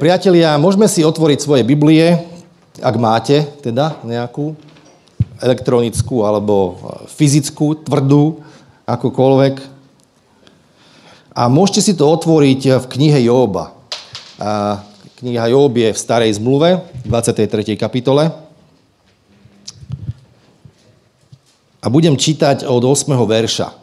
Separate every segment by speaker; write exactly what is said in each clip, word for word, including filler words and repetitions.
Speaker 1: Priatelia, môžeme si otvoriť svoje Biblie, ak máte teda nejakú elektronickú alebo fyzickú, tvrdú, akokoľvek. A môžete si to otvoriť v knihe Jóba. A kniha Jób je v Starej zmluve, dvadsiatej tretej kapitole. A budem čítať od ôsmeho verša.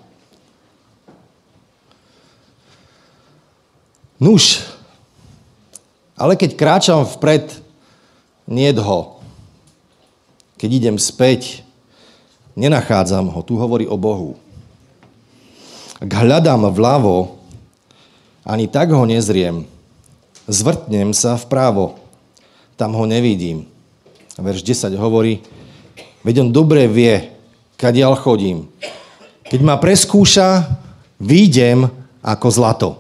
Speaker 1: Nuž, ale keď kráčam vpred, niet ho. Keď idem späť, nenachádzam ho. Tu hovorí o Bohu. Ak hľadám vľavo, ani tak ho nezriem. Zvrtnem sa vpravo, tam ho nevidím. Verš desať hovorí, veď on dobre vie, kadiaľ chodím. Keď ma preskúša, výjdem ako zlato.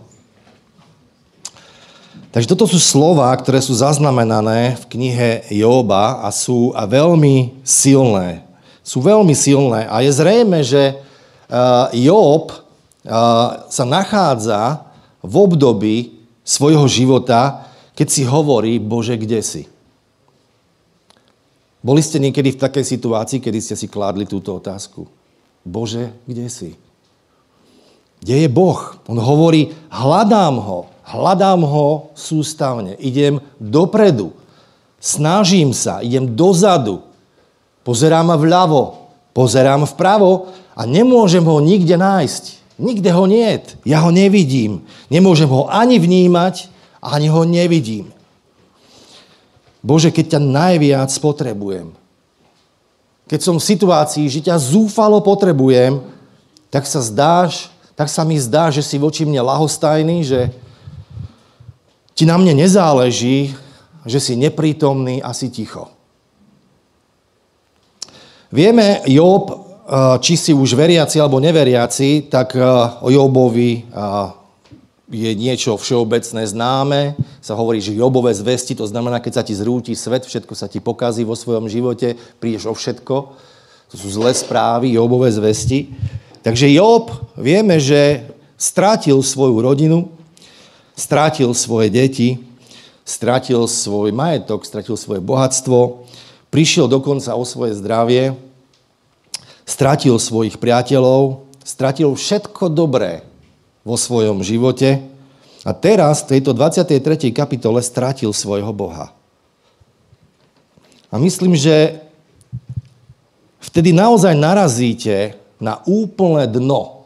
Speaker 1: Takže toto sú slová, ktoré sú zaznamenané v knihe Jóba a sú a veľmi silné. Sú veľmi silné a je zrejme, že uh, Jób uh, sa nachádza v období svojho života, keď si hovorí, Bože, kde si? Boli ste niekedy v takej situácii, kedy ste si kládli túto otázku? Bože, kde si? Kde je Boh? On hovorí, hľadám ho, hľadám ho sústavne, idem dopredu, snažím sa, idem dozadu, pozerám vľavo, pozerám vpravo a nemôžem ho nikde nájsť. Nikde ho niet, ja ho nevidím. Nemôžem ho ani vnímať, ani ho nevidím. Bože, keď ťa najviac potrebujem, keď som v situácii, že ťa zúfalo potrebujem, tak sa zdáš, tak sa mi zdá, že si voči mne ľahostajný, že ti na mne nezáleží, že si neprítomný a si ticho. Vieme, Jób, či si už veriaci alebo neveriaci, tak o Jóbovi je niečo všeobecné známe. Sa hovorí, že Jóbové zvesti, to znamená, keď sa ti zrúti svet, všetko sa ti pokazí vo svojom živote, prídeš o všetko. To sú zlé správy, Jóbové zvesti. Takže Jób, vieme, že strátil svoju rodinu, strátil svoje deti, strátil svoj majetok, strátil svoje bohatstvo, prišiel dokonca o svoje zdravie, strátil svojich priateľov, strátil všetko dobré vo svojom živote a teraz v tejto dvadsiatej tretej kapitole strátil svojho Boha. A myslím, že vtedy naozaj narazíte na úplné dno,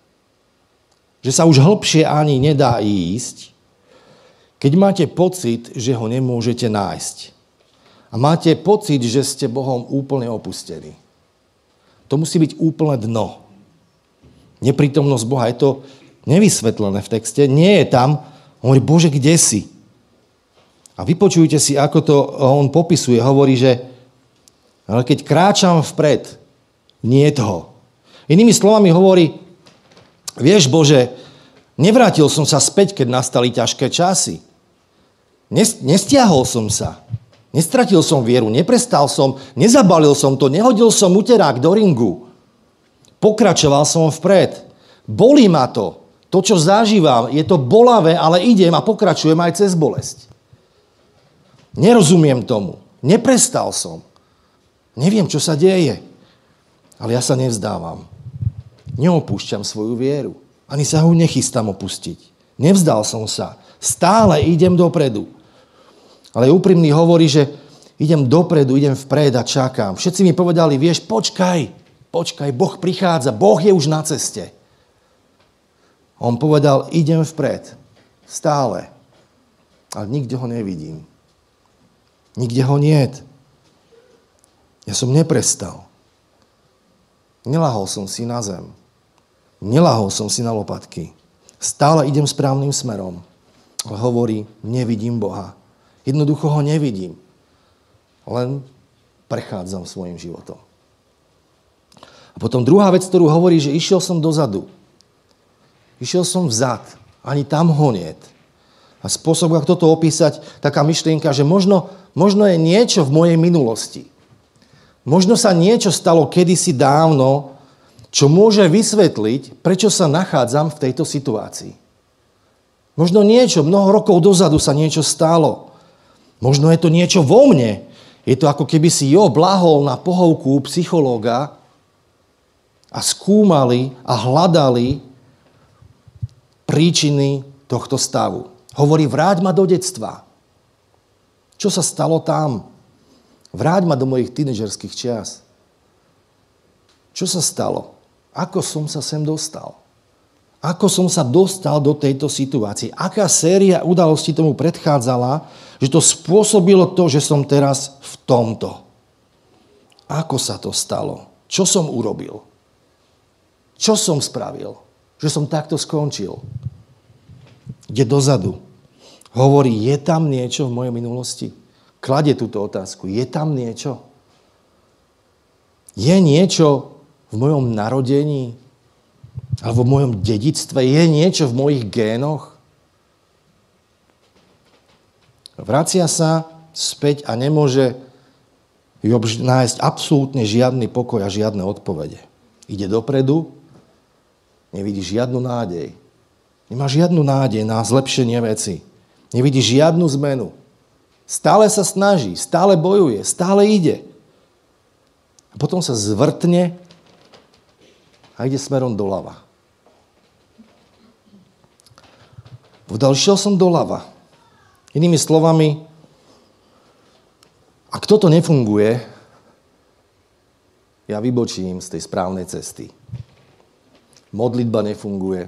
Speaker 1: že sa už hlbšie ani nedá ísť, keď máte pocit, že ho nemôžete nájsť. A máte pocit, že ste Bohom úplne opustení. To musí byť úplné dno. Neprítomnosť Boha, je to nevysvetlené v texte, nie je tam. On hovorí, Bože, kde si? A vypočujte si, ako to on popisuje. Hovorí, že ale keď kráčam vpred, nie je toho. Inými slovami hovorí, vieš, Bože, nevrátil som sa späť, keď nastali ťažké časy. Nestiahol som sa. Nestratil som vieru, neprestal som, nezabalil som to, nehodil som uterák do ringu. Pokračoval som vpred. Bolí ma to. To, čo zažívam, je to bolavé, ale idem a pokračujem aj cez bolesť. Nerozumiem tomu. Neprestal som. Neviem, čo sa deje. Ale ja sa nevzdávam. Neopúšťam svoju vieru. Ani sa ho nechystám opustiť. Nevzdal som sa. Stále idem dopredu. Ale úprimný hovorí, že idem dopredu, idem vpred a čakám. Všetci mi povedali, vieš, počkaj, počkaj, Boh prichádza, Boh je už na ceste. On povedal, idem vpred, stále, ale nikde ho nevidím. Nikde ho niet. Ja som neprestal. Nelahol som si na zem. Nelahol som si na lopatky. Stále idem správnym smerom. Ale hovorí, nevidím Boha. Jednoducho ho nevidím. Len prechádzam svojim životom. A potom druhá vec, ktorú hovorí, že išiel som dozadu. Išiel som vzad. Ani tam ho niet. A spôsob, ako toto opísať, taká myšlienka, že možno, možno je niečo v mojej minulosti. Možno sa niečo stalo kedysi dávno, čo môže vysvetliť, prečo sa nachádzam v tejto situácii. Možno niečo, mnoho rokov dozadu sa niečo stalo. Možno je to niečo vo mne. Je to ako keby si Job lahol na pohovku psychológa a skúmali a hľadali príčiny tohto stavu. Hovorí, vráť ma do detstva. Čo sa stalo tam? Vráť ma do mojich tínedžerských čias. Čo sa stalo? Ako som sa sem dostal? Ako som sa dostal do tejto situácie? Aká séria udalostí tomu predchádzala, že to spôsobilo to, že som teraz v tomto? Ako sa to stalo? Čo som urobil? Čo som spravil? Že som takto skončil? Ide dozadu. Hovorí, je tam niečo v mojej minulosti? Kladie túto otázku. Je tam niečo? Je niečo v mojom narodení? Alebo v mojom dedičstve? Je niečo v mojich génoch? Vracia sa späť a nemôže Job nájsť absolútne žiadny pokoj a žiadne odpovede. Ide dopredu, nevidí žiadnu nádej. Nemá žiadnu nádej na zlepšenie veci. Nevidí žiadnu zmenu. Stále sa snaží, stále bojuje, stále ide. A potom sa zvrtne a ide smerom doľava. Povedal, šiel som doľava. Inými slovami, ak toto nefunguje, ja vybočím z tej správnej cesty. Modlitba nefunguje,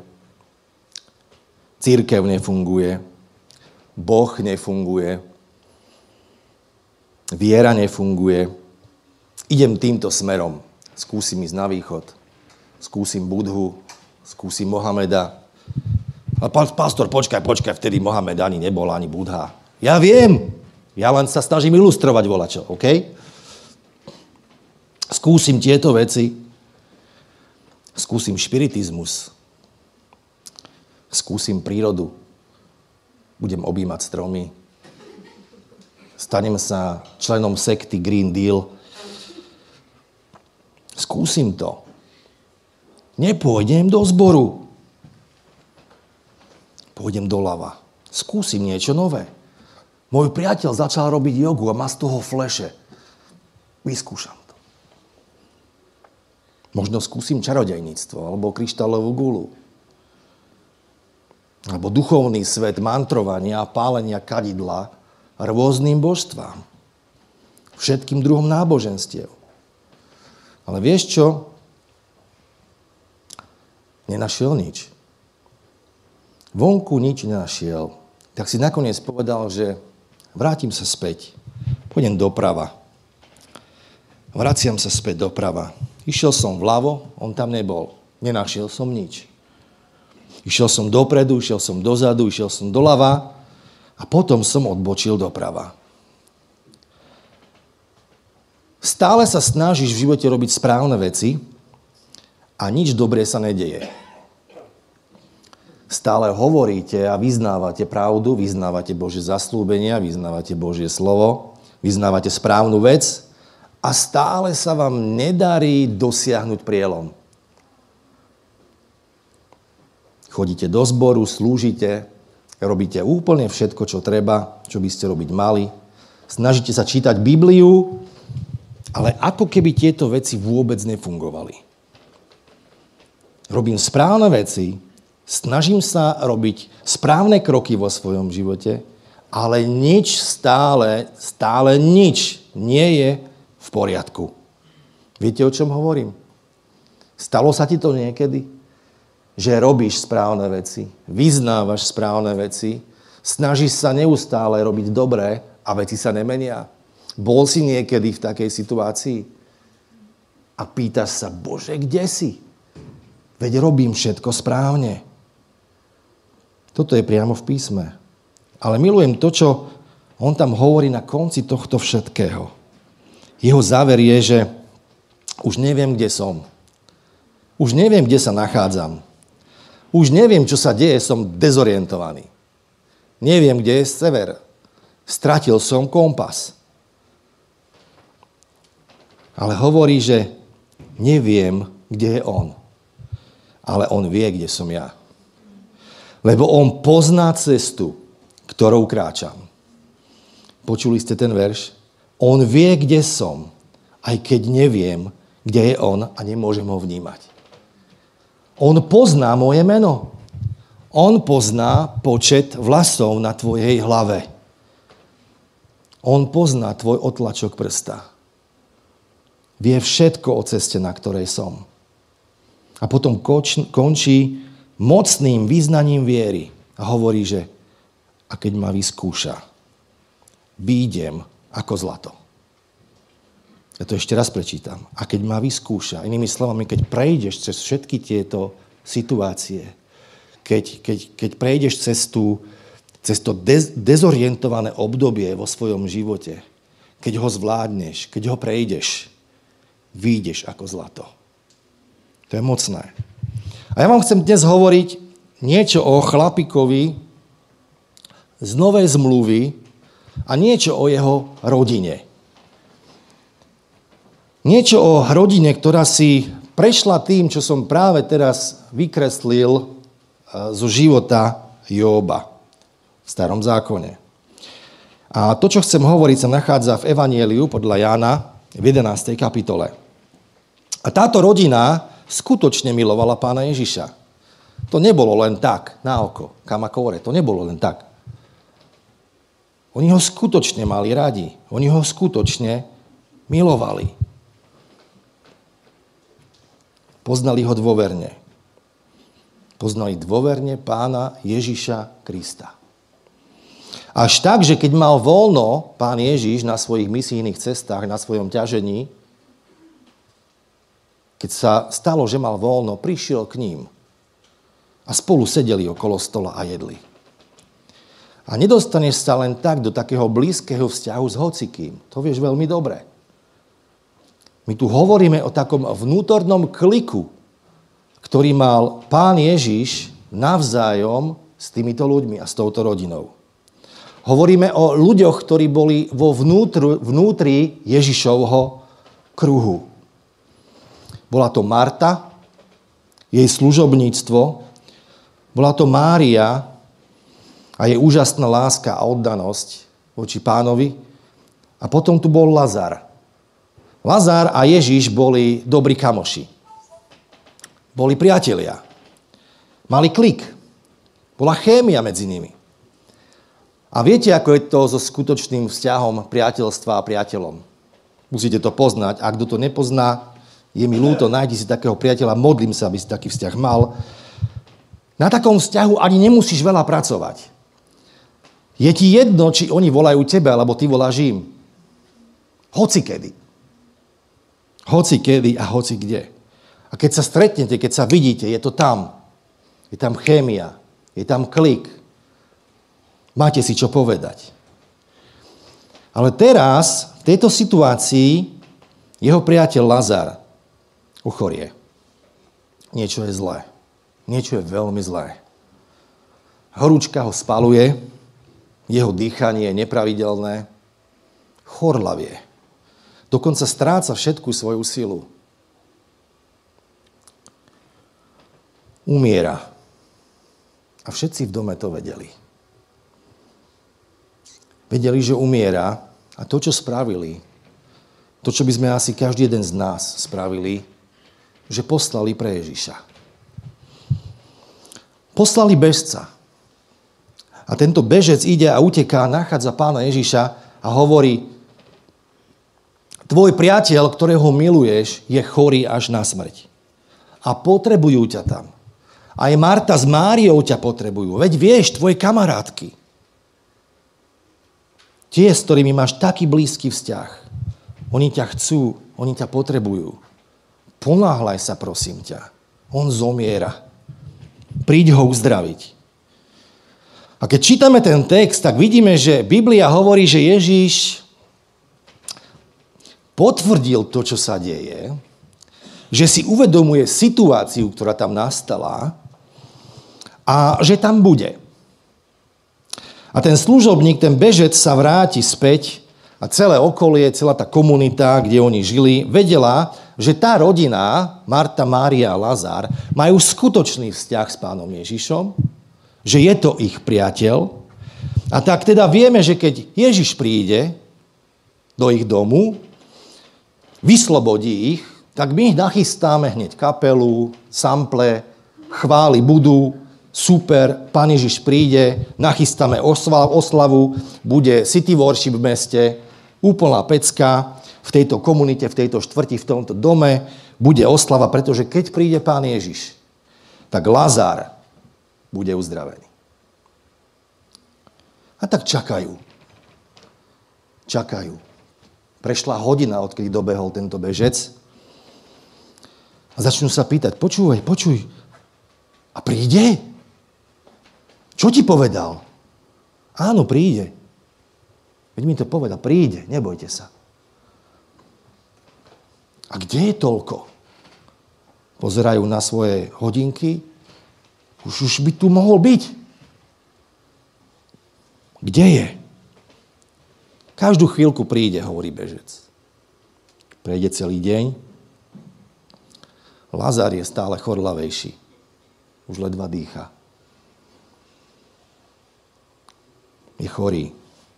Speaker 1: cirkev nefunguje, Boh nefunguje, viera nefunguje. Idem týmto smerom. Skúsim ísť na východ, skúsim Budhu, skúsim Mohameda. A pastor, počkaj, počkaj, vtedy Mohamed ani nebol, ani Budha. Ja viem, ja len sa snažím ilustrovať volačo, OK? Skúsim tieto veci, skúsim špiritizmus, skúsim prírodu, budem objímať stromy, stanem sa členom sekty Green Deal, skúsim to. Nepôjdem do zboru. Pôjdem doľava. Skúsim niečo nové. Môj priateľ začal robiť jogu a má z toho fleše. Vyskúšam to. Možno skúsim čarodejníctvo alebo kryštálovú gulu. Alebo duchovný svet mantrovania a pálenia kadidla rôznym božstvám. Všetkým druhom náboženstiev. Ale vieš čo? Nenašiel nič. Vonku nič nenašiel. Tak si nakoniec povedal, že vrátim sa späť. Pôjdem doprava. Vraciam sa späť doprava. Išiel som vľavo, on tam nebol. Nenašiel som nič. Išiel som dopredu, išiel som dozadu, išiel som doľava a potom som odbočil doprava. Stále sa snažíš v živote robiť správne veci a nič dobré sa nedeje. Stále hovoríte a vyznávate pravdu, vyznávate Božie zasľúbenia, vyznávate Božie slovo, vyznávate správnu vec a stále sa vám nedarí dosiahnuť prielom. Chodíte do zboru, slúžite, robíte úplne všetko, čo treba, čo by ste robiť mali. Snažíte sa čítať Bibliu, ale ako keby tieto veci vôbec nefungovali. Robím správne veci, snažím sa robiť správne kroky vo svojom živote, ale nič stále, stále nič nie je v poriadku. Viete, o čom hovorím? Stalo sa ti to niekedy? Že robíš správne veci, vyznávaš správne veci, snažíš sa neustále robiť dobré a veci sa nemenia. Bol si niekedy v takej situácii a pýtaš sa, Bože, kde si? Veď robím všetko správne. Toto je priamo v písme. Ale milujem to, čo on tam hovorí na konci tohto všetkého. Jeho záver je, že už neviem, kde som. Už neviem, kde sa nachádzam. Už neviem, čo sa deje, som dezorientovaný. Neviem, kde je sever. Stratil som kompas. Ale hovorí, že neviem, kde je on. Ale on vie, kde som ja. lebo on pozná cestu, ktorou kráčam. Počuli ste ten verš? On vie, kde som, aj keď neviem, kde je on a nemôžem ho vnímať. On pozná moje meno. On pozná počet vlasov na tvojej hlave. On pozná tvoj otlačok prsta. Vie všetko o ceste, na ktorej som. A potom končí mocným význaním viery a hovorí, že a keď ma vyskúša, výjdem ako zlato. Ja to ešte raz prečítam. A keď ma vyskúša, inými slovami, keď prejdeš cez všetky tieto situácie, keď, keď, keď prejdeš cez, tú, cez to dez, dezorientované obdobie vo svojom živote, keď ho zvládneš, keď ho prejdeš, výjdeš ako zlato. To je mocné. A ja vám chcem dnes hovoriť niečo o chlapíkovi z Novej zmluvy a niečo o jeho rodine. Niečo o rodine, ktorá si prešla tým, čo som práve teraz vykreslil zo života Jóba v Starom zákone. A to, čo chcem hovoriť, sa nachádza v Evanjeliu podľa Jána v jedenástej kapitole. A táto rodina skutočne milovala Pána Ježiša. To nebolo len tak, na oko, kamakóre, to nebolo len tak. Oni ho skutočne mali radi. Oni ho skutočne milovali. Poznali ho dôverne. Poznali dôverne Pána Ježiša Krista. Až tak, že keď mal voľno Pán Ježiš na svojich misijných cestách, na svojom ťažení, keď sa stalo, že mal voľno, prišiel k ním a spolu sedeli okolo stola a jedli. A nedostaneš sa len tak do takého blízkeho vzťahu s hocikým. To vieš veľmi dobre. My tu hovoríme o takom vnútornom kliku, ktorý mal Pán Ježiš navzájom s týmito ľuďmi a s touto rodinou. Hovoríme o ľuďoch, ktorí boli vo vnútru, vnútri Ježišovho kruhu. Bola to Marta, jej služobníctvo, bola to Mária a jej úžasná láska a oddanosť voči Pánovi. A potom tu bol Lazar. Lazar a Ježiš boli dobrí kamoši. Boli priatelia. Mali klik. Bola chémia medzi nimi. A viete, ako je to so skutočným vzťahom priateľstva a priateľom? Musíte to poznať. Ak kto to nepozná, je mi ľúto, nájdi si takého priateľa, modlím sa, aby si taký vzťah mal. Na takom vzťahu ani nemusíš veľa pracovať. Je ti jedno, či oni volajú tebe, alebo ty voláš im. Hoci kedy. Hoci kedy a hoci kde. A keď sa stretnete, keď sa vidíte, je to tam. Je tam chémia, je tam klik. Máte si čo povedať. Ale teraz, v tejto situácii, jeho priateľ Lazar uchorie. Niečo je zlé. Niečo je veľmi zlé. Horúčka ho spaluje, jeho dýchanie je nepravidelné, chorlavie. Dokonca stráca všetku svoju silu. Umiera. A všetci v dome to vedeli. Vedeli, že umiera a to, čo spravili, to, čo by sme asi každý jeden z nás spravili, že poslali pre Ježiša. Poslali bežca. A tento bežec ide a uteká, nachádza Pána Ježiša a hovorí: tvoj priateľ, ktorého miluješ, je chorý až na smrť. A potrebujú ťa tam. Aj Marta s Máriou ťa potrebujú. Veď vieš, tvoje kamarátky. Tie, s ktorými máš taký blízky vzťah. Oni ťa chcú, oni ťa potrebujú. Ponáhľaj sa, prosím ťa. On zomiera. Príď ho uzdraviť. A keď čítame ten text, tak vidíme, že Biblia hovorí, že Ježíš potvrdil to, čo sa deje, že si uvedomuje situáciu, ktorá tam nastala a že tam bude. A ten služobník, ten bežec sa vráti späť a celé okolie, celá tá komunita, kde oni žili, vedela, že tá rodina, Marta, Mária a Lazár, majú skutočný vzťah s Pánom Ježišom, že je to ich priateľ. A tak teda vieme, že keď Ježiš príde do ich domu, vyslobodí ich, tak my ich nachystáme hneď kapelu, sample, chvály budú, super, Pán Ježiš príde, nachystáme oslavu, bude city worship v meste, úplná pecka, v tejto komunite, v tejto štvrti, v tomto dome bude oslava, pretože keď príde Pán Ježiš, tak Lazár bude uzdravený. A tak čakajú. Čakajú. Prešla hodina, odkedy dobehol tento bežec. A začnú sa pýtať, počúvaj, počuj, a príde? Čo ti povedal? Áno, príde. Veď mi to povedal, príde, nebojte sa. A kde je toľko? Pozerajú na svoje hodinky. Už, už by tu mohol byť. Kde je? Každú chvíľku príde, hovorí bežec. Prejde celý deň. Lazár je stále chorlavejší. Už ledva dýcha. Je chorý.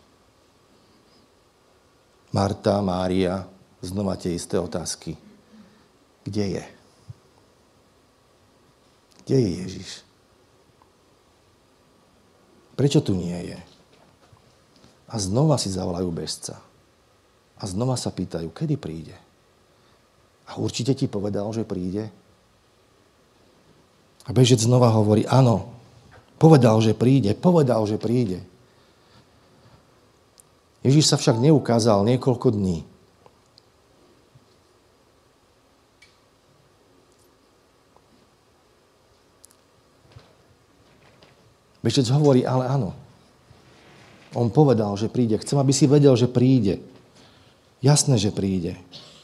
Speaker 1: Marta, Mária, znova tie isté otázky. Kde je? Kde je Ježiš? Prečo tu nie je? A znova si zavolajú bežca. A znova sa pýtajú, kedy príde? A určite ti povedal, že príde? A bežec znova hovorí, áno, povedal, že príde, povedal, že príde. Ježiš sa však neukázal niekoľko dní. Bežec hovorí, ale áno. On povedal, že príde. Chcem, aby si vedel, že príde. Jasné, že príde.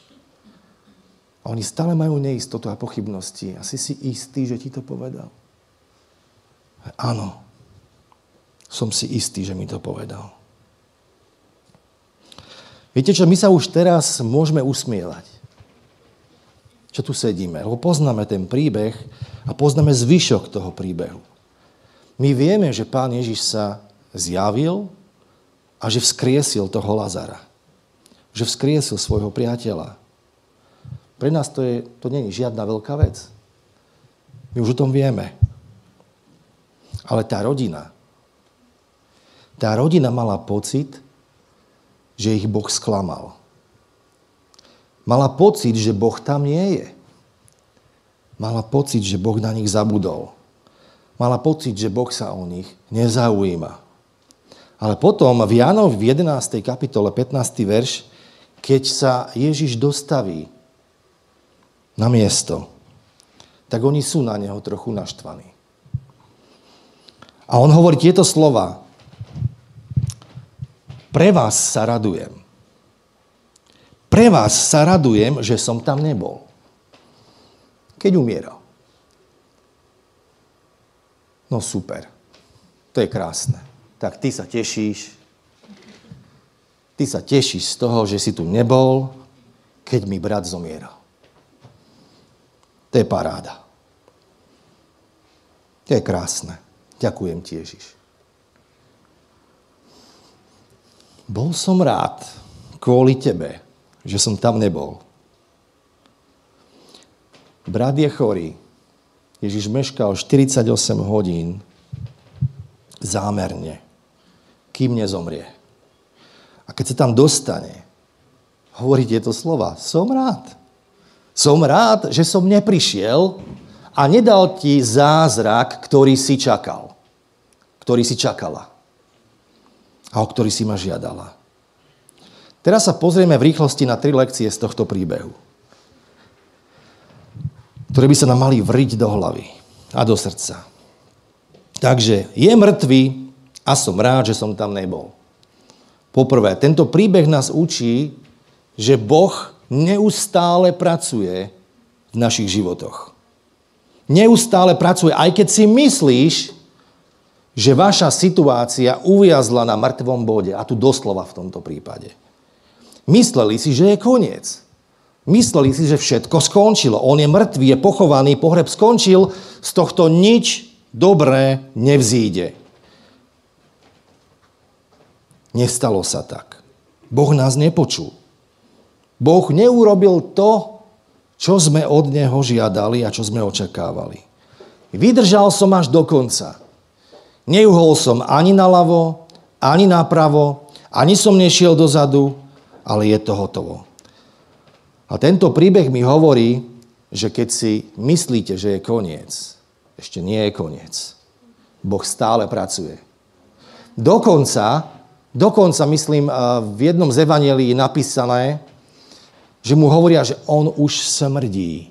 Speaker 1: A oni stále majú neistotu a pochybnosti. A si si istý, že ti to povedal? Áno. Som si istý, že mi to povedal. Viete čo, my sa už teraz môžeme usmievať. Čo tu sedíme? Lebo poznáme ten príbeh a poznáme zvyšok toho príbehu. My vieme, že Pán Ježiš sa zjavil a že vzkriesil toho Lazara. Že vzkriesil svojho priateľa. Pre nás to, je, to nie je žiadna veľká vec. My už o tom vieme. Ale tá rodina, tá rodina mala pocit, že ich Boh sklamal. Mala pocit, že Boh tam nie je. Mala pocit, že Boh na nich zabudol. Mala pocit, že Boh sa o nich nezaujíma. Ale potom v Jánovi v jedenástej kapitole pätnásty verš, keď sa Ježiš dostaví na miesto, tak oni sú na neho trochu naštvaní. A on hovorí tieto slova. Pre vás sa radujem. Pre vás sa radujem, že som tam nebol. Keď umieral. No super. To je krásne. Tak ty sa tešíš. Ty sa tešíš z toho, že si tu nebol, keď mi brat zomieral. To je paráda. To je krásne. Ďakujem ti, Ježiš. Bol som rád kvôli tebe, že som tam nebol. Brat je chorý. Ježiš meškal štyridsaťosem hodín zámerne, kým nezomrie. A keď sa tam dostane, hovorí tieto slova. Som rád. Som rád, že som neprišiel a nedal ti zázrak, ktorý si čakal. Ktorý si čakala. A o ktorý si ma žiadala. Teraz sa pozrieme v rýchlosti na tri lekcie z tohto príbehu, ktoré by sa nám mali vriť do hlavy a do srdca. Takže je mŕtvý a som rád, že som tam nebol. Poprvé, tento príbeh nás učí, že Boh neustále pracuje v našich životoch. Neustále pracuje, aj keď si myslíš, že vaša situácia uviazla na mŕtvom bode, a tu doslova v tomto prípade. Mysleli si, že je koniec. Mysleli si, že všetko skončilo. On je mŕtvý, je pochovaný, pohreb skončil, z tohto nič dobré nevzíde. Nestalo sa tak. Boh nás nepočul. Boh neurobil to, čo sme od neho žiadali a čo sme očakávali. Vydržal som až do konca. Neuhol som ani naľavo, ani napravo, ani som nešiel dozadu, ale je to hotovo. A tento príbeh mi hovorí, že keď si myslíte, že je koniec, ešte nie je koniec. Boh stále pracuje. Dokonca, dokonca myslím, v jednom z evanjelií je napísané, že mu hovoria, že on už smrdí.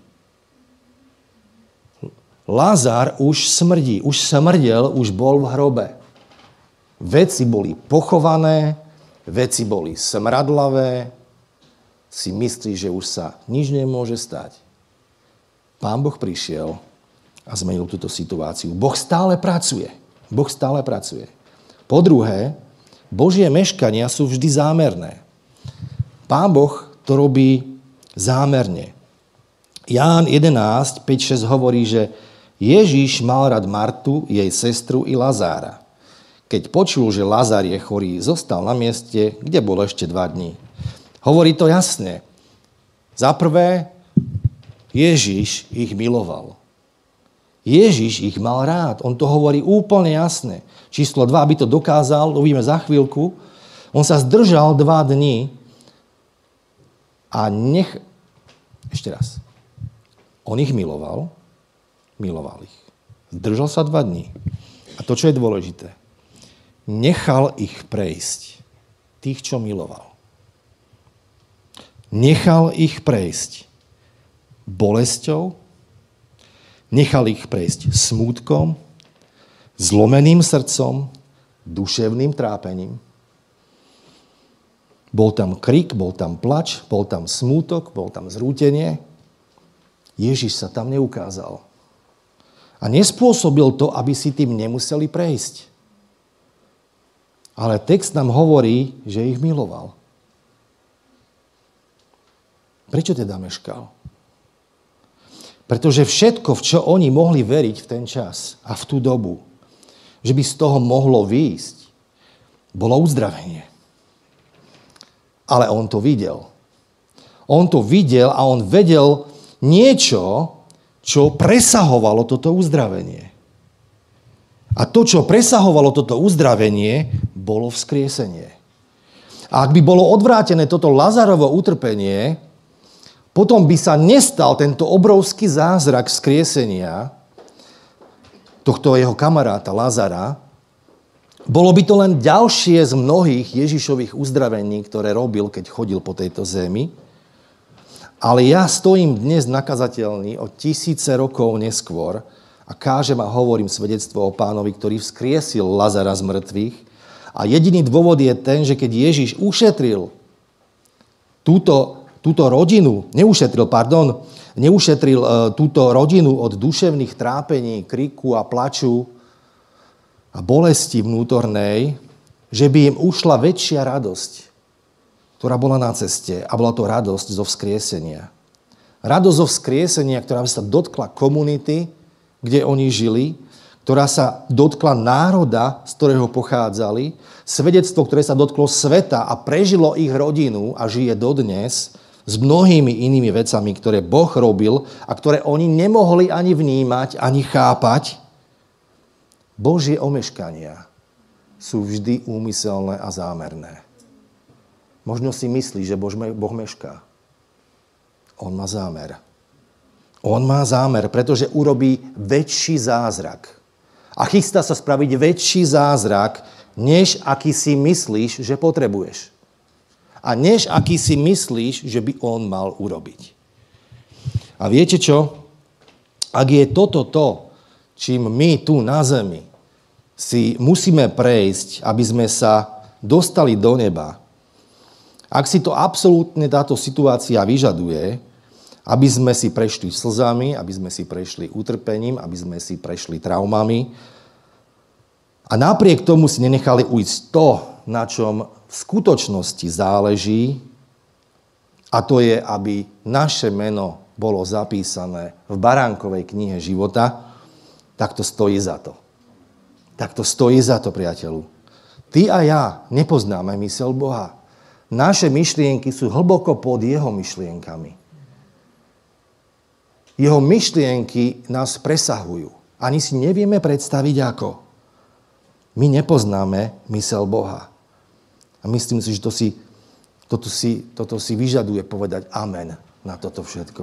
Speaker 1: Lazar už smrdí, už smrdel, už bol v hrobe. Veci boli pochované, veci boli smradlavé, si myslí, že už sa nič nemôže stať. Pán Boh prišiel a zmenil túto situáciu. Boh stále pracuje. Boh stále pracuje. Po druhé, Božie meškania sú vždy zámerné. Pán Boh to robí zámerne. Ján jedenásť, päť šesť hovorí, že Ježiš mal rád Martu, jej sestru i Lazára. Keď počul, že Lazár je chorý, zostal na mieste, kde bol ešte dva dní. Hovorí to jasne. Za prvé, Ježiš ich miloval. Ježiš ich mal rád. On to hovorí úplne jasne. Číslo dva, aby to dokázal, uvidíme za chvíľku. On sa zdržal dva dni a nech... Ešte raz. On ich miloval, miloval ich. Zdržal sa dva dni. A to, čo je dôležité, nechal ich prejsť. Tých, čo miloval. Nechal ich prejsť bolesťou, nechal ich prejsť smútkom, zlomeným srdcom, duševným trápením. Bol tam krik, bol tam plač, bol tam smútok, bol tam zrútenie. Ježiš sa tam neukázal. A nespôsobil to, aby si tým nemuseli prejsť. Ale text nám hovorí, že ich miloval. Prečo teda meškal? Pretože všetko, v čo oni mohli veriť v ten čas a v tú dobu, že by z toho mohlo výjsť, bolo uzdravenie. Ale on to videl. On to videl a on vedel niečo, čo presahovalo toto uzdravenie. A to, čo presahovalo toto uzdravenie, bolo vzkriesenie. A ak by bolo odvrátené toto Lazarovo utrpenie, potom by sa nestal tento obrovský zázrak vzkriesenia tohto jeho kamaráta Lazara. Bolo by to len ďalšie z mnohých Ježišových uzdravení, ktoré robil, keď chodil po tejto zemi. Ale ja stojím dnes nakazateľný o tisíce rokov neskôr a kážem a hovorím svedectvo o Pánovi, ktorý vzkriesil Lazara z mŕtvych. A jediný dôvod je ten, že keď Ježiš ušetril túto túto rodinu, neušetril, pardon, neušetril uh, túto rodinu od duševných trápení, kriku a plaču a bolesti vnútornej, že by im ušla väčšia radosť, ktorá bola na ceste, a bola to radosť zo vzkriesenia. Radosť zo vzkriesenia, ktorá sa dotkla komunity, kde oni žili, ktorá sa dotkla národa, z ktorého pochádzali, svedectvo, ktoré sa dotklo sveta a prežilo ich rodinu a žije dodnes, s mnohými inými vecami, ktoré Boh robil a ktoré oni nemohli ani vnímať, ani chápať. Božie omeškania sú vždy úmyselné a zámerné. Možno si myslí, že Boh mešká. On má zámer. On má zámer, pretože urobí väčší zázrak. A chystá sa spraviť väčší zázrak, než aký si myslíš, že potrebuješ. A než aký si myslíš, že by on mal urobiť. A viete čo? Ak je toto to, čím my tu na zemi si musíme prejsť, aby sme sa dostali do neba, ak si to absolútne táto situácia vyžaduje, aby sme si prešli slzami, aby sme si prešli utrpením, aby sme si prešli traumami a napriek tomu si nenechali ujsť to, na čom v skutočnosti záleží, a to je, aby naše meno bolo zapísané v baránkovej knihe života, tak to stojí za to. Tak to stojí za to, priateľu. Ty a ja nepoznáme myseľ Boha. Naše myšlienky sú hlboko pod jeho myšlienkami. Jeho myšlienky nás presahujú. Ani si nevieme predstaviť ako. My nepoznáme myseľ Boha. A myslím si, že to si, toto, si, toto si vyžaduje povedať amen na toto všetko.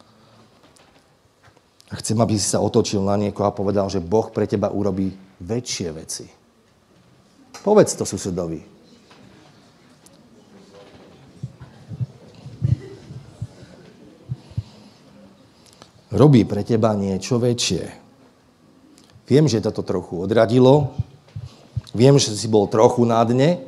Speaker 1: A chcem, aby si sa otočil na niekoho a povedal, že Boh pre teba urobí väčšie veci. Povedz to susedovi. Robí pre teba niečo väčšie. Viem, že toto trochu odradilo. Viem, že si bol trochu na dne.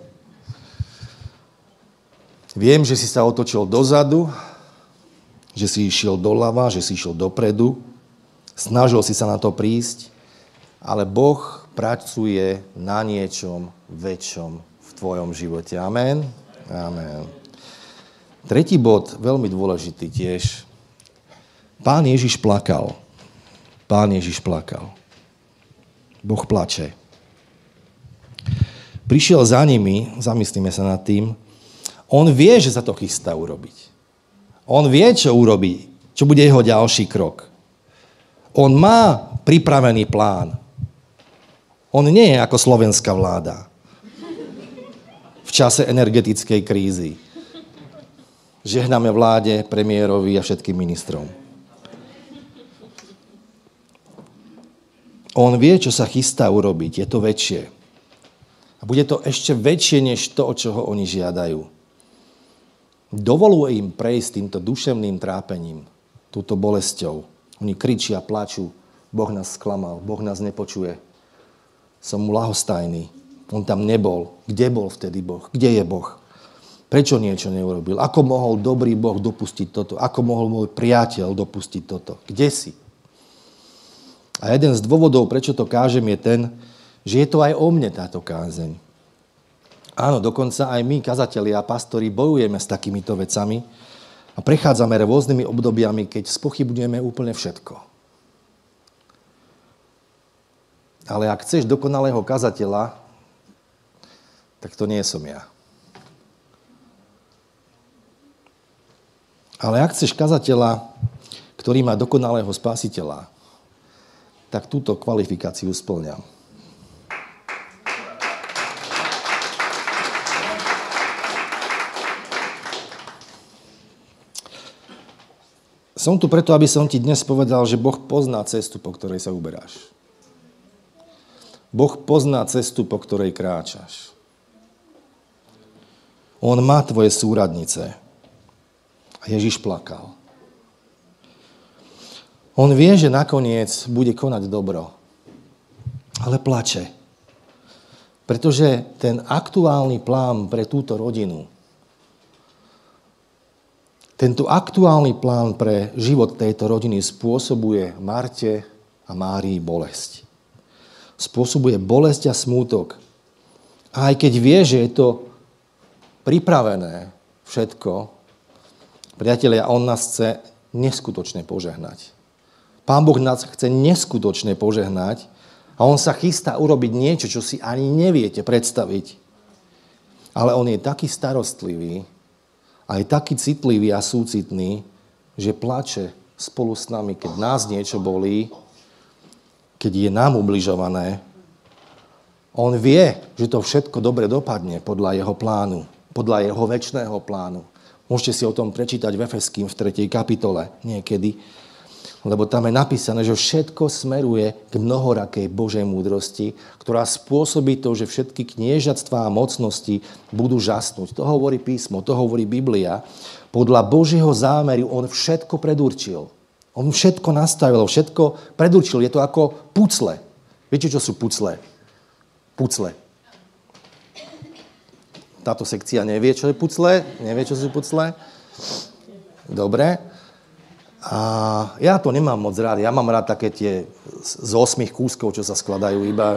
Speaker 1: Viem, že si sa otočil dozadu, že si išiel doľava, že si išiel dopredu. Snažil si sa na to prísť, ale Boh pracuje na niečom väčšom v tvojom živote. Amen? Amen. Tretí bod, veľmi dôležitý tiež. Pán Ježiš plakal. Pán Ježiš plakal. Boh plače. Prišiel za nimi, zamyslíme sa nad tým, on vie, že sa to chystá urobiť. On vie, čo urobí, čo bude jeho ďalší krok. On má pripravený plán. On nie je ako slovenská vláda v čase energetickej krízy. Žehnáme vláde, premiérovi a všetkým ministrom. On vie, čo sa chystá urobiť. Je to väčšie. A bude to ešte väčšie, než to, čo ho oni žiadajú. Dovoluje im prejsť týmto duševným trápením, túto bolesťou. Oni kričia, plačú. Boh nás sklamal, Boh nás nepočuje. Som mu ľahostajný. On tam nebol. Kde bol vtedy Boh? Kde je Boh? Prečo niečo neurobil? Ako mohol dobrý Boh dopustiť toto? Ako mohol môj priateľ dopustiť toto? Kde si? A jeden z dôvodov, prečo to kážem, je ten, že je to aj o mne táto kázeň. Áno, dokonca aj my, kazatelia a pastori, bojujeme s takýmito vecami a prechádzame rôznymi obdobiami, keď spochybňujeme úplne všetko. Ale ak chceš dokonalého kazateľa, tak to nie som ja. Ale ak chceš kazateľa, ktorý má dokonalého spasiteľa, tak túto kvalifikáciu spĺňam. Som tu preto, aby som ti dnes povedal, že Boh pozná cestu, po ktorej sa uberáš. Boh pozná cestu, po ktorej kráčaš. On má tvoje súradnice. A Ježiš plakal. On vie, že nakoniec bude konať dobro. Ale plače. Pretože ten aktuálny plán pre túto rodinu, tento aktuálny plán pre život tejto rodiny spôsobuje Marte a Márii bolesť. Spôsobuje bolesť a smútok. A aj keď vie, že je to pripravené všetko, priatelia, on nás chce neskutočne požehnať. Pán Boh nás chce neskutočne požehnať a on sa chystá urobiť niečo, čo si ani neviete predstaviť. Ale on je taký starostlivý, aj taký citlivý a súcitný, že plače spolu s nami, keď nás niečo bolí, keď je nám ubližované. On vie, že to všetko dobre dopadne podľa jeho plánu, podľa jeho večného plánu. Môžete si o tom prečítať v Efeským v tretej kapitole niekedy, lebo tam je napísané, že všetko smeruje k mnohorakej Božej múdrosti, ktorá spôsobí to, že všetky kniežatstvá a mocnosti budú žasnúť. To hovorí písmo, to hovorí Biblia. Podľa Božieho zámeru on všetko predurčil. On všetko nastavil, všetko predurčil. Je to ako pucle. Viete, čo sú pucle? Pucle. Táto sekcia nevie, čo je pucle. Nevie, čo sú pucle. Dobre. A ja to nemám moc rád. Ja mám rád také tie z osmých kúskov, čo sa skladajú iba.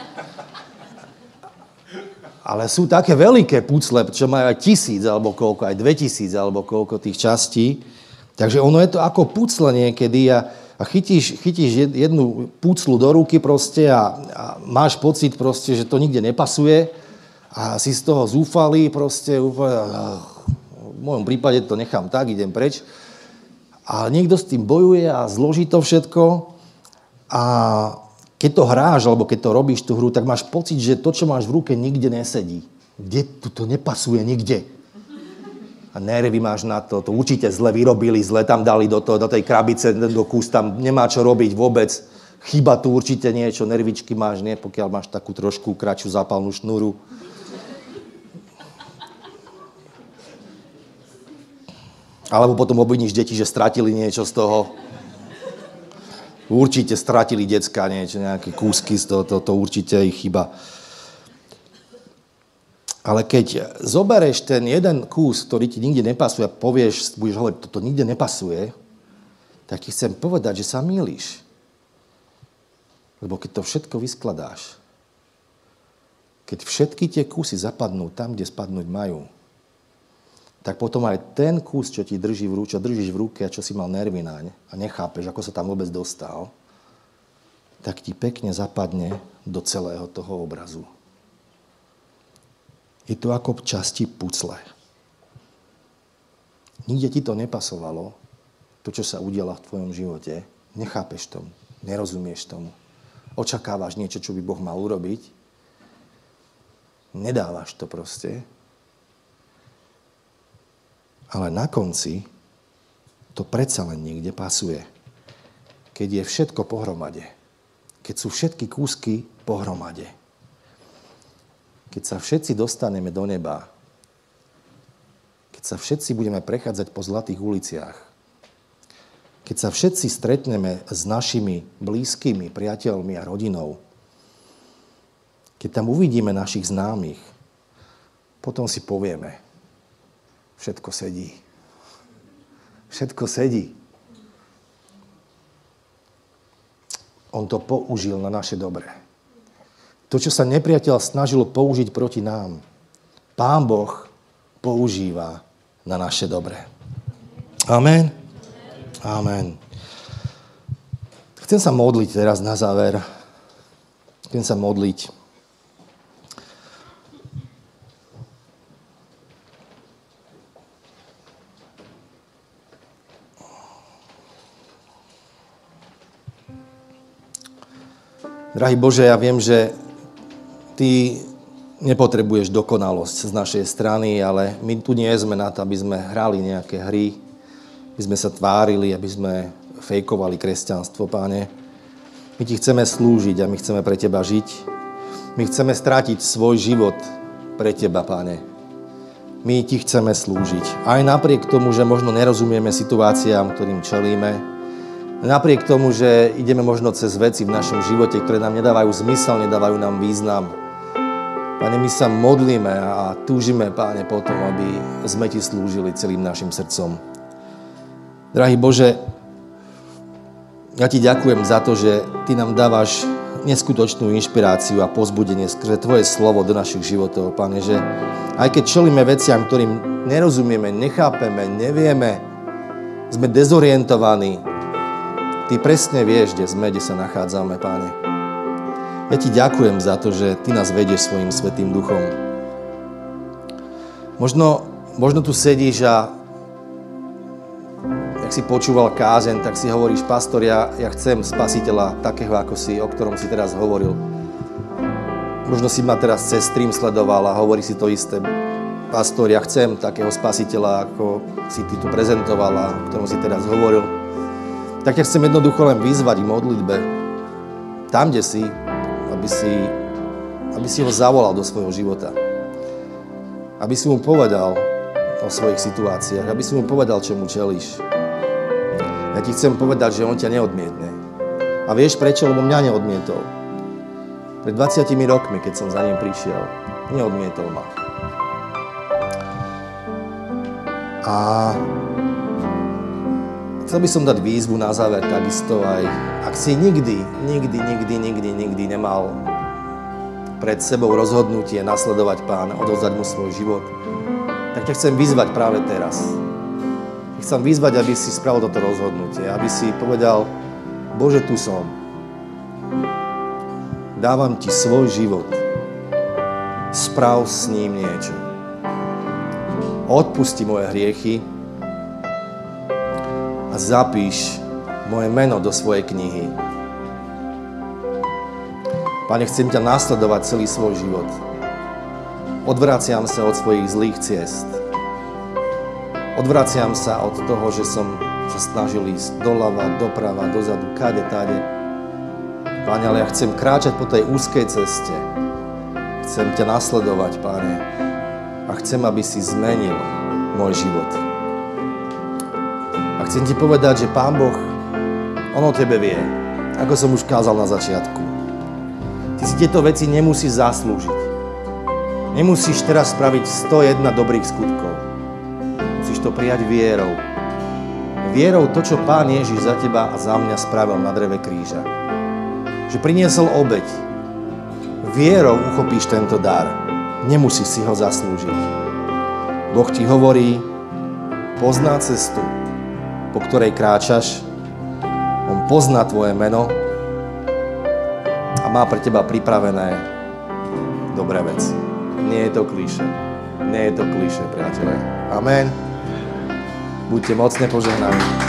Speaker 1: Ale sú také veľké pucle, čo majú aj tisíc, alebo koľko, aj dvetisíc, alebo koľko tých častí. Takže ono je to ako pucle niekedy a A chytíš, chytíš jednu púclu do ruky proste a, a máš pocit proste, že to nikde nepasuje a si z toho zúfalý proste, úplne, v mojom prípade to nechám tak, idem preč. A niekto s tým bojuje a zloží to všetko a keď to hráš, alebo keď to robíš tú hru, tak máš pocit, že to, čo máš v ruke, nikde nesedí. Kde tu to nepasuje, nikde. A nervy máš na to, to určite zle vyrobili, zle tam dali do, to, do tej krabice, do kus, tam nemá čo robiť vôbec. Chyba tu určite niečo, nervičky máš, nie, pokiaľ máš takú trošku kratšiu zápalnú šnúru. Alebo potom obviníš deti, že stratili niečo z toho. Určite stratili decka niečo, nejaké kúsky z toho, to, to určite ich chyba. Ale keď zoberieš ten jeden kus, ktorý ti nikde nepasuje a povieš, budeš hovoriť, toto nikde nepasuje, tak ti chcem povedať, že sa mýliš. Lebo keď to všetko vyskladáš, keď všetky tie kusy zapadnú tam, kde spadnúť majú, tak potom aj ten kus, čo ti drží v ruke, čo držíš v ruke a čo si mal nervy naň a nechápeš, ako sa tam vôbec dostal, tak ti pekne zapadne do celého toho obrazu. Je to ako časti pucle. Nikde ti to nepasovalo, to, čo sa udiala v tvojom živote. Nechápeš tomu, nerozumieš tomu. Očakávaš niečo, čo by Boh mal urobiť. Nedávaš to proste. Ale na konci to predsa len niekde pasuje. Keď je všetko pohromade. Keď sú všetky kúsky pohromade. Keď sa všetci dostaneme do neba, keď sa všetci budeme prechádzať po zlatých uliciach, keď sa všetci stretneme s našimi blízkymi, priateľmi a rodinou, keď tam uvidíme našich známych, potom si povieme, všetko sedí. Všetko sedí. On to použil na naše dobré. To, čo sa nepriateľ snažil použiť proti nám, Pán Boh používa na naše dobré. Amen. Amen. Chcem sa modliť teraz na záver. Chcem sa modliť. Drahý Bože, ja viem, že Ty nepotrebuješ dokonalosť z našej strany, ale my tu nie sme na to, aby sme hrali nejaké hry, aby sme sa tvárili, aby sme fejkovali kresťanstvo, Páne. My Ti chceme slúžiť a my chceme pre Teba žiť. My chceme strátiť svoj život pre Teba, Páne. My Ti chceme slúžiť. Aj napriek tomu, že možno nerozumieme situáciám, ktorým čelíme, napriek tomu, že ideme možno cez veci v našom živote, ktoré nám nedávajú zmysel, nedávajú nám význam. Pane, my sa modlíme a túžime, Páne, potom, aby sme Ti slúžili celým našim srdcom. Drahý Bože, ja Ti ďakujem za to, že Ty nám dávaš neskutočnú inšpiráciu a povzbudenie skrze Tvoje slovo do našich životov, Pane, že aj keď čelíme veciam, ktorým nerozumieme, nechápeme, nevieme, sme dezorientovaní, Ty presne vieš, kde sme, kde sa nachádzame, Páne. Ja Ti ďakujem za to, že Ty nás vedieš svojim Svätým Duchom. Možno, možno tu sedíš a jak si počúval kázeň, tak si hovoríš, pastor, ja, ja chcem spasiteľa takého, ako si, o ktorom si teraz hovoril. Možno si ma teraz cez stream sledoval a hovorí si to isté. Pastor, ja chcem takého spasiteľa, ako si Ty tu prezentoval a o ktorom si teraz hovoril. Tak ťa chcem jednoducho len vyzvať v modlitbe. Tam, kde si, aby si, aby si ho zavolal do svojho života. Aby si mu povedal o svojich situáciách. Aby si mu povedal, čomu čelíš. Ja Ti chcem povedať, že on ťa neodmietne. A vieš prečo? Lebo mňa neodmietol. Pred dvadsiatimi rokmi, keď som za ním prišiel, neodmietol ma. A chcel by som dať výzvu na záver takisto aj, ak si nikdy, nikdy, nikdy, nikdy, nikdy nemal pred sebou rozhodnutie nasledovať Pána, odovzdať mu svoj život, tak ťa chcem vyzvať práve teraz. Chcem vyzvať, aby si spravil toto rozhodnutie, aby si povedal, Bože, tu som. Dávam ti svoj život. Sprav s ním niečo. Odpusti moje hriechy a zapíš moje meno do svojej knihy. Pane, chcem ťa nasledovať celý svoj život. Odvraciam sa od svojich zlých ciest. Odvraciam sa od toho, že som sa snažil ísť doľava, doprava, dozadu, kade, tade. Pane, ale ja chcem kráčať po tej úzkej ceste. Chcem ťa nasledovať, Pane. A chcem, aby si zmenil môj život. A chcem ti povedať, že Pán Boh, on o tebe vie. Ako som už kázal na začiatku. Ty si tieto veci nemusíš zaslúžiť. Nemusíš teraz spraviť sto jeden dobrých skutkov. Musíš to prijať vierou. Vierou to, čo Pán Ježiš za teba a za mňa spravil na dreve kríža. Že priniesol obeť. Vierou uchopíš tento dar. Nemusíš si ho zaslúžiť. Boh ti hovorí, pozná cestu, po ktorej kráčaš. On pozná tvoje meno a má pre teba pripravené dobré veci. Nie je to klíše. Nie je to klíše, priateľe. Amen. Buďte mocne požehnaní.